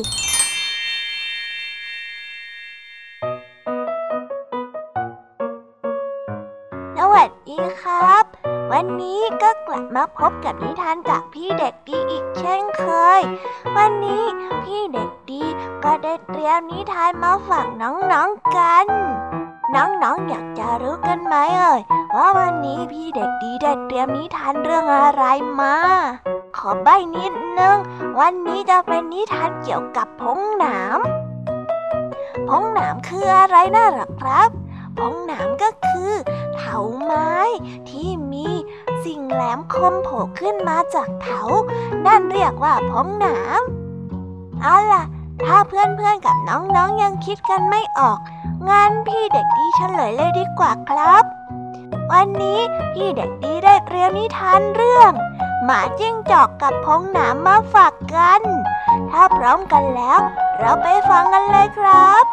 สวัสดีครับ วันนี้ก็กลับมาพบกับนิทานจากพี่เด็กดีอีกเช่นเคย วันนี้พี่เด็กดีก็ได้เตรียมนิทานมาฝากน้องๆกัน น้องๆอยากจะรู้กันไหมว่าวันนี้พี่เด็กดีได้เตรียมนิทานเรื่องอะไรมา ขอใบ้นิดนึง วันนี้จะเป็นนิทานเกี่ยวกับพงหนามพงหนามคืออะไรน่ะหรอครับพงหนามก็คือเถาไม้ที่มีสิ่งแหลมคมโผล่ขึ้นมาจากเถานั่นเรียกว่าพงหนามเอาล่ะถ้าเพื่อนๆกับน้องๆยังคิดกันไม่ออกงั้นพี่เด็กดีเฉลยเลยดีกว่าครับวันนี้พี่เด็กดีได้เตรียมนิทานเรื่องหมาจิ้งจอกกับพงหนามมาฝากกันถ้าพร้อมกันแล้วเราไปฟังกันเลยครับ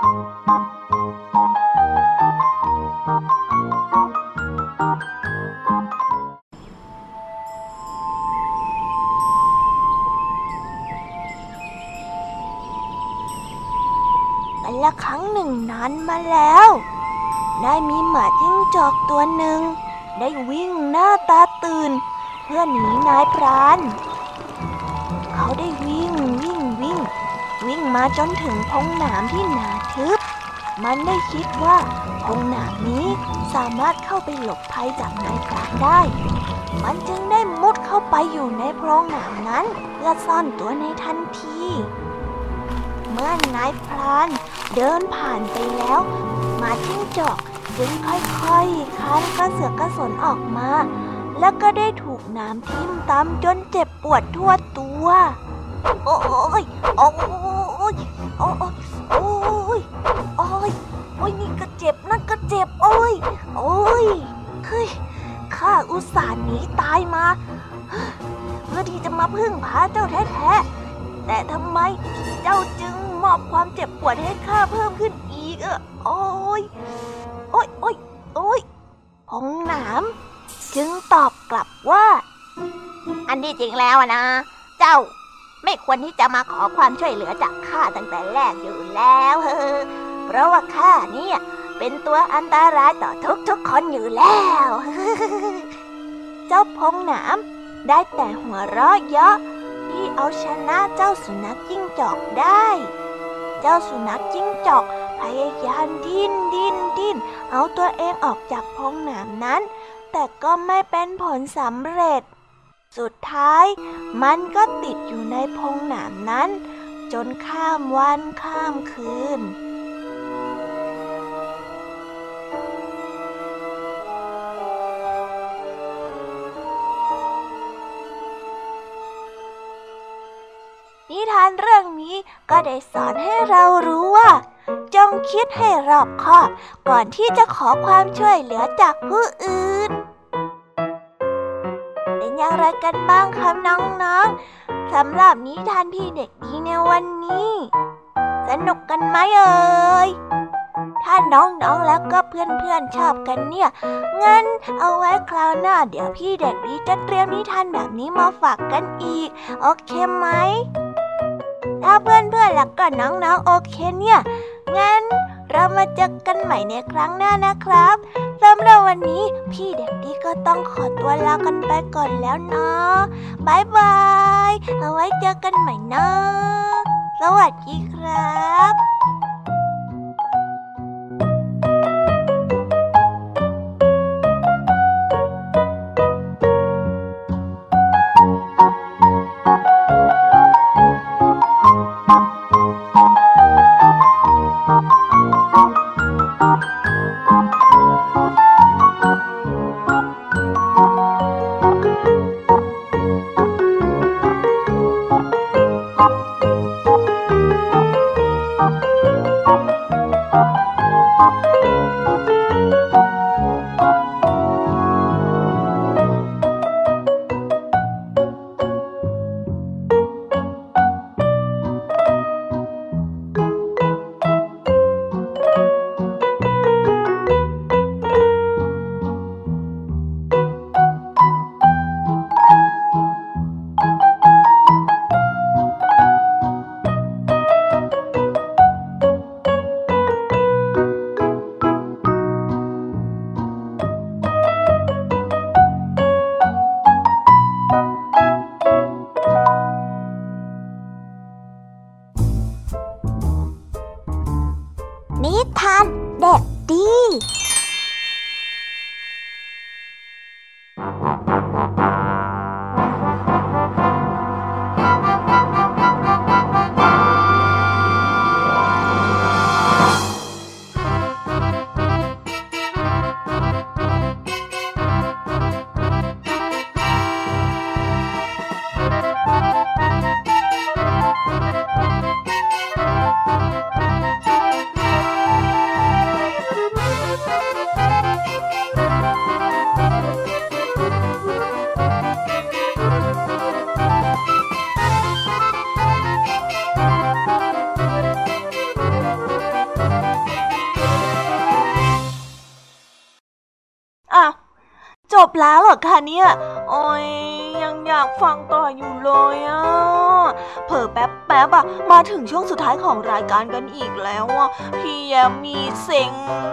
กันละครั้งหนึ่งนานมาแล้วได้มีหมาจิ้งจอกตัวหนึ่งได้วิ่งหน้าตาตื่นเพื่อหนีนายพรานเขาได้วิ่งมาจนถึงพงหนามที่หนาทึบมันได้คิดว่าพงหนามนี้สามารถเข้าไปหลบภัยจากนายพรานได้มันจึงได้มุดเข้าไปอยู่ในโพรงหนามนั้นเพื่อซ่อนตัวในทันทีเมื่อนายพรานเดินผ่านไปแล้วหมาจิ้งจอกจึงค่อยๆคลานกระเสือกกระสนออกมาแล้วก็ได้ถูกน้ำทิ่มตำจนเจ็บปวดทั่วตัวโอ้ยโอ้ยโอ้ยโอ้ยโอ้ยโอ้ยนี่ก็เจ็บนั่นก็เจ็บโอ้ยโอ้ยเฮ้ยข้าอุตส่าห์หนีตายมาเพื่อที่จะมาพึ่งพาเจ้าแท้ๆแต่ทำไมเจ้าจึงมอบความเจ็บปวดให้ข้าเพิ่มขึ้นอีกโอ้ยโอ้ยโอ้ยโอ้ยพงหนามจึงตอบกลับว่าอันที่จริงแล้วนะเจ้าไม่ควรที่จะมาขอความช่วยเหลือจากข้าตั้งแต่แรกอยู่แล้วเพราะว่าข้าเนี่ยเป็นตัวอันตรายต่อทุกคนอยู่แล้วเจ้าพงหนามได้แต่หัวเราะเยาะที่เอาชนะเจ้าสุนัขจิ้งจอกได้เจ้าสุนัขจิ้งจอกพยายามดิ้นเอาตัวเองออกจากพงหนามนั้นแต่ก็ไม่เป็นผลสำเร็จสุดท้ายมันก็ติดอยู่ในพงหนามนั้นจนข้ามวันข้ามคืนนิทานเรื่องนี้ก็ได้สอนให้เรารู้ว่าจงคิดให้รอบคอบก่อนที่จะขอความช่วยเหลือจากผู้อื่นเป็นอย่างไรกันบ้างครับน้องๆสำหรับนิทานพี่เด็กดีในวันนี้สนุกกันไหมถ้าน้องๆแล้วก็เพื่อนๆชอบกันเนี่ยงั้นเอาไว้คราวหน้าเดี๋ยวพี่เด็กดีจะเตรียมนิทานแบบนี้มาฝากกันอีกโอเคไหมถ้าเพื่อนๆแล้วก็น้องๆโอเคเนี่ยงั้นเรามาเจอกันใหม่ในครั้งหน้านะครับสำหรับวันนี้พี่เด็กดีก็ต้องขอตัวลากันไปก่อนแล้วเนาะบ๊ายบายเอาไว้เจอกันใหม่นะสวัสดีครับคะเนี่ยโอ้ยยังอยากฟังต่ออยู่เลยอ่ะเผลอแป๊บอ่ะมาถึงช่วงสุดท้ายของรายการกันอีกแล้วอ่ะพี่แยมมี่เซ็ง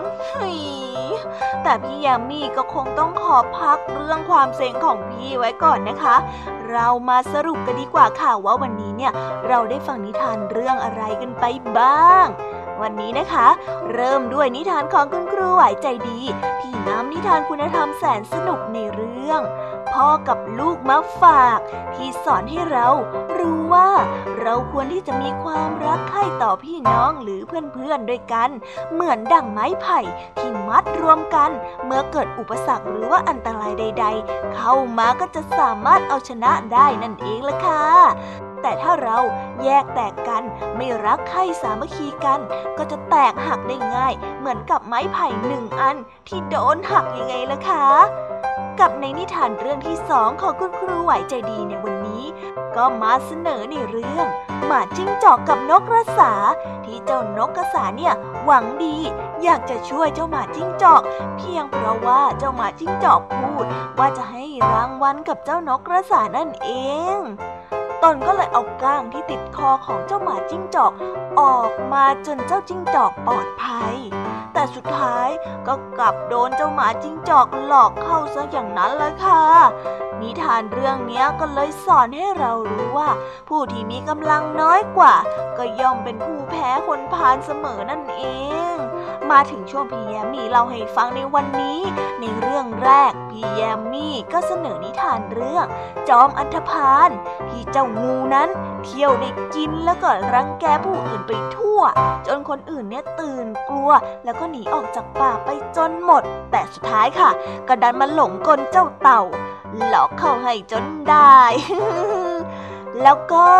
แต่พี่แยมมี่ก็คงต้องขอพักเรื่องความเซ็งของพี่ไว้ก่อนนะคะเรามาสรุปกันดีกว่าค่ะว่าวันนี้เนี่ยเราได้ฟังนิทานเรื่องอะไรกันไปบ้างวันนี้นะคะเริ่มด้วยนิทานของคุณครูไหวใจดีที่นำนิทานคุณธรรมแสนสนุกในเรื่องพ่อกับลูกมาฝากที่สอนให้เรารู้ว่าเราควรที่จะมีความรักใคร่ต่อพี่น้องหรือเพื่อนๆด้วยกันเหมือนดั่งไม้ไผ่ที่มัดรวมกันเมื่อเกิดอุปสรรคหรือว่าอันตรายใดๆเข้ามาก็จะสามารถเอาชนะได้นั่นเองล่ะค่ะแต่ถ้าเราแยกแตกกันไม่รักใคร่สามัคคีกันก็จะแตกหักได้ง่ายเหมือนกับไม้ไผ่หนึ่งอันที่โดนหักยังไงล่ะคะกับในนิทานเรื่องที่2ของคุณครูไหวใจดีในวันนี้ก็มาเสนอในเรื่องหมาจิ้งจอกกับนกกระสาที่เจ้านกกระสาเนี่ยหวังดีอยากจะช่วยเจ้าหมาจิ้งจอกเพียงเพราะว่าเจ้าหมาจิ้งจอกพูดว่าจะให้รางวัลกับเจ้านกกระสานั่นเองตนก็เลยเอาก้างที่ติดคอของเจ้าหมาจิ้งจอกออกมาจนเจ้าจิ้งจอกปลอดภัยแต่สุดท้ายก็กลับโดนเจ้าหมาจิ้งจอกหลอกเข้าซะอย่างนั้นเลยค่ะนิทานเรื่องนี้ก็เลยสอนให้เรารู้ว่าผู้ที่มีกำลังน้อยกว่าก็ย่อมเป็นผู้แพ้คนพาลเสมอนั่นเองมาถึงช่วงพี่แยมมี่เล่าให้ฟังในวันนี้ในเรื่องแรกพี่แยมมี่ก็เสนอนิทานเรื่องจอมอันธพาลที่เจ้างูนั้นเที่ยวได้กินแล้วก็รังแกผู้อื่นไปทั่วจนคนอื่นเนี่ยตื่นกลัวแล้วก็หนีออกจากป่าไปจนหมดแต่สุดท้ายค่ะก็ดันมาหลงกลเจ้าเต่าหลอกเขาให้จนได้ แล้ว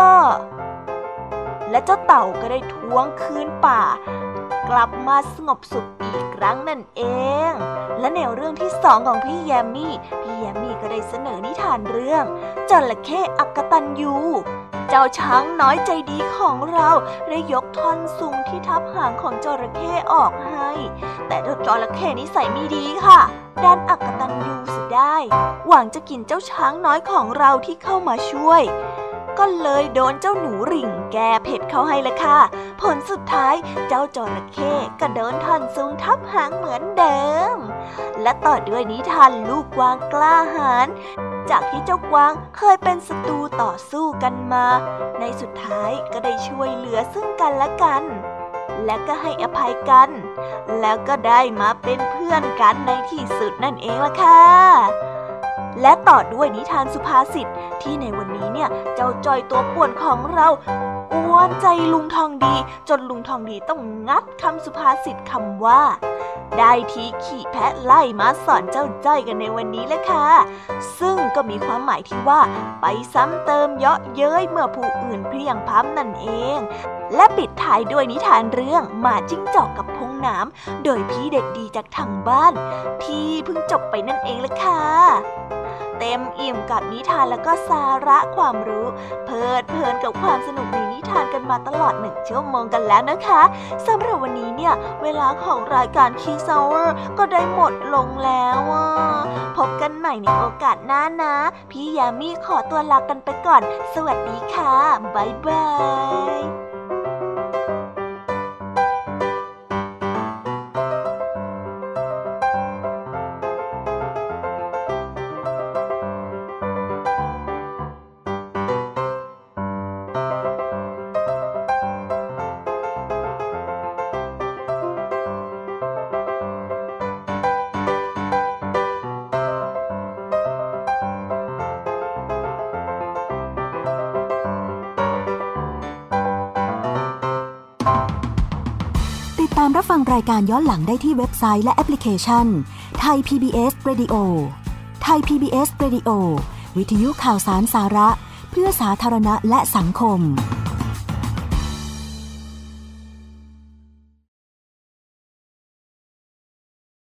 เจ้าเต่าก็ได้ทวงคืนป่ากลับมาสงบสุขอีกครั้งนั่นเองและแนวเรื่องที่2ของพี่แยมมี่ก็ได้เสนอนิทานเรื่องจระเข้อักตันยูเจ้าช้างน้อยใจดีของเราได้ยกท่อนซุงที่ทับหางของจระเข้ออกให้แต่เจ้าจระเข้นิสัยไม่ดีค่ะดันอักตันยูเสียได้หวังจะกินเจ้าช้างน้อยของเราที่เข้ามาช่วยก็เลยโดนเจ้าหนูหริ่งแก้เผ็ดเข้าให้ละค่ะผลสุดท้ายเจ้าจระเข้ก็โดนท่อนซุงทับหางเหมือนเดิมและต่อด้วยนิทานลูกกวางกล้าหาญจากที่เจ้ากวางเคยเป็นศัตรูต่อสู้กันมาในสุดท้ายก็ได้ช่วยเหลือซึ่งกันและกันและก็ให้อภัยกันแล้วก็ได้มาเป็นเพื่อนกันในที่สุดนั่นเองล่ะค่ะและต่อด้วยนิทานสุภาษิตที่ในวันนี้เนี่ยเจ้าจ้อยตัวป่วนของเรากวนใจลุงทองดีจนลุงทองดีต้องงัดคำสุภาษิตคำว่าได้ทีขี่แพะไล่มาสอนเจ้าจ้อยกันในวันนี้แหละค่ะซึ่งก็มีความหมายที่ว่าไปซ้ำเติมเยาะเย้ยเมื่อผู้อื่นเพลียงพล้ำนั่นเองและปิดท้ายด้วยนิทานเรื่องหมาจิ้งจอกกับพงน้ำโดยพี่เด็กดีจากทางบ้านที่เพิ่งจบไปนั่นเองล่ะค่ะเต็มอิ่มกับนิทานแล้วก็สาระความรู้เพลิดเพลินกับความสนุกในนิทานกันมาตลอด1 ชั่วโมงกันแล้วนะคะสำหรับวันนี้เนี่ยเวลาของรายการคีซาวเวอร์ก็ได้หมดลงแล้วพบกันใหม่ในโอกาสหน้านะพี่ยามีขอตัวลากันไปก่อนสวัสดีค่ะบ๊ายบายตามรับฟังรายการย้อนหลังได้ที่เว็บไซต์และแอปพลิเคชัน Thai PBS Radio Thai PBS Radio วิทยุข่าวสารสาระเพื่อสาธารณะและสังคม